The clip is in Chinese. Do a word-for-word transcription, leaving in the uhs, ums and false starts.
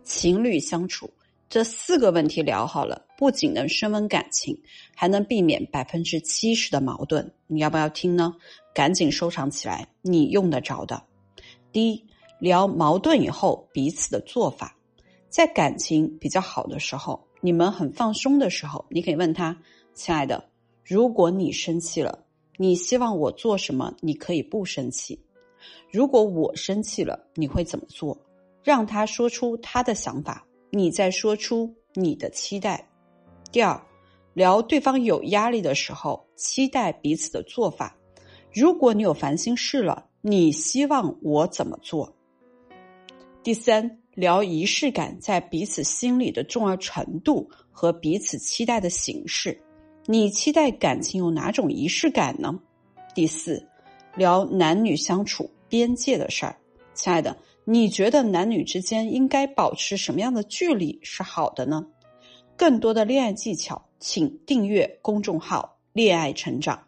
情侣相处，这四个问题聊好了，不仅能升温感情，还能避免百分之七十的矛盾。你要不要听呢？赶紧收藏起来，你用得着的。第一，聊矛盾以后彼此的做法。在感情比较好的时候，你们很放松的时候，你可以问他，亲爱的，如果你生气了，你希望我做什么？你可以不生气。如果我生气了，你会怎么做？让他说出他的想法，你再说出你的期待。第二，聊对方有压力的时候，期待彼此的做法。如果你有烦心事了，你希望我怎么做？第三，聊仪式感在彼此心里的重要程度和彼此期待的形式。你期待感情有哪种仪式感呢？第四，聊男女相处边界的事儿。亲爱的，你觉得男女之间应该保持什么样的距离是好的呢？更多的恋爱技巧，请订阅公众号恋爱成长。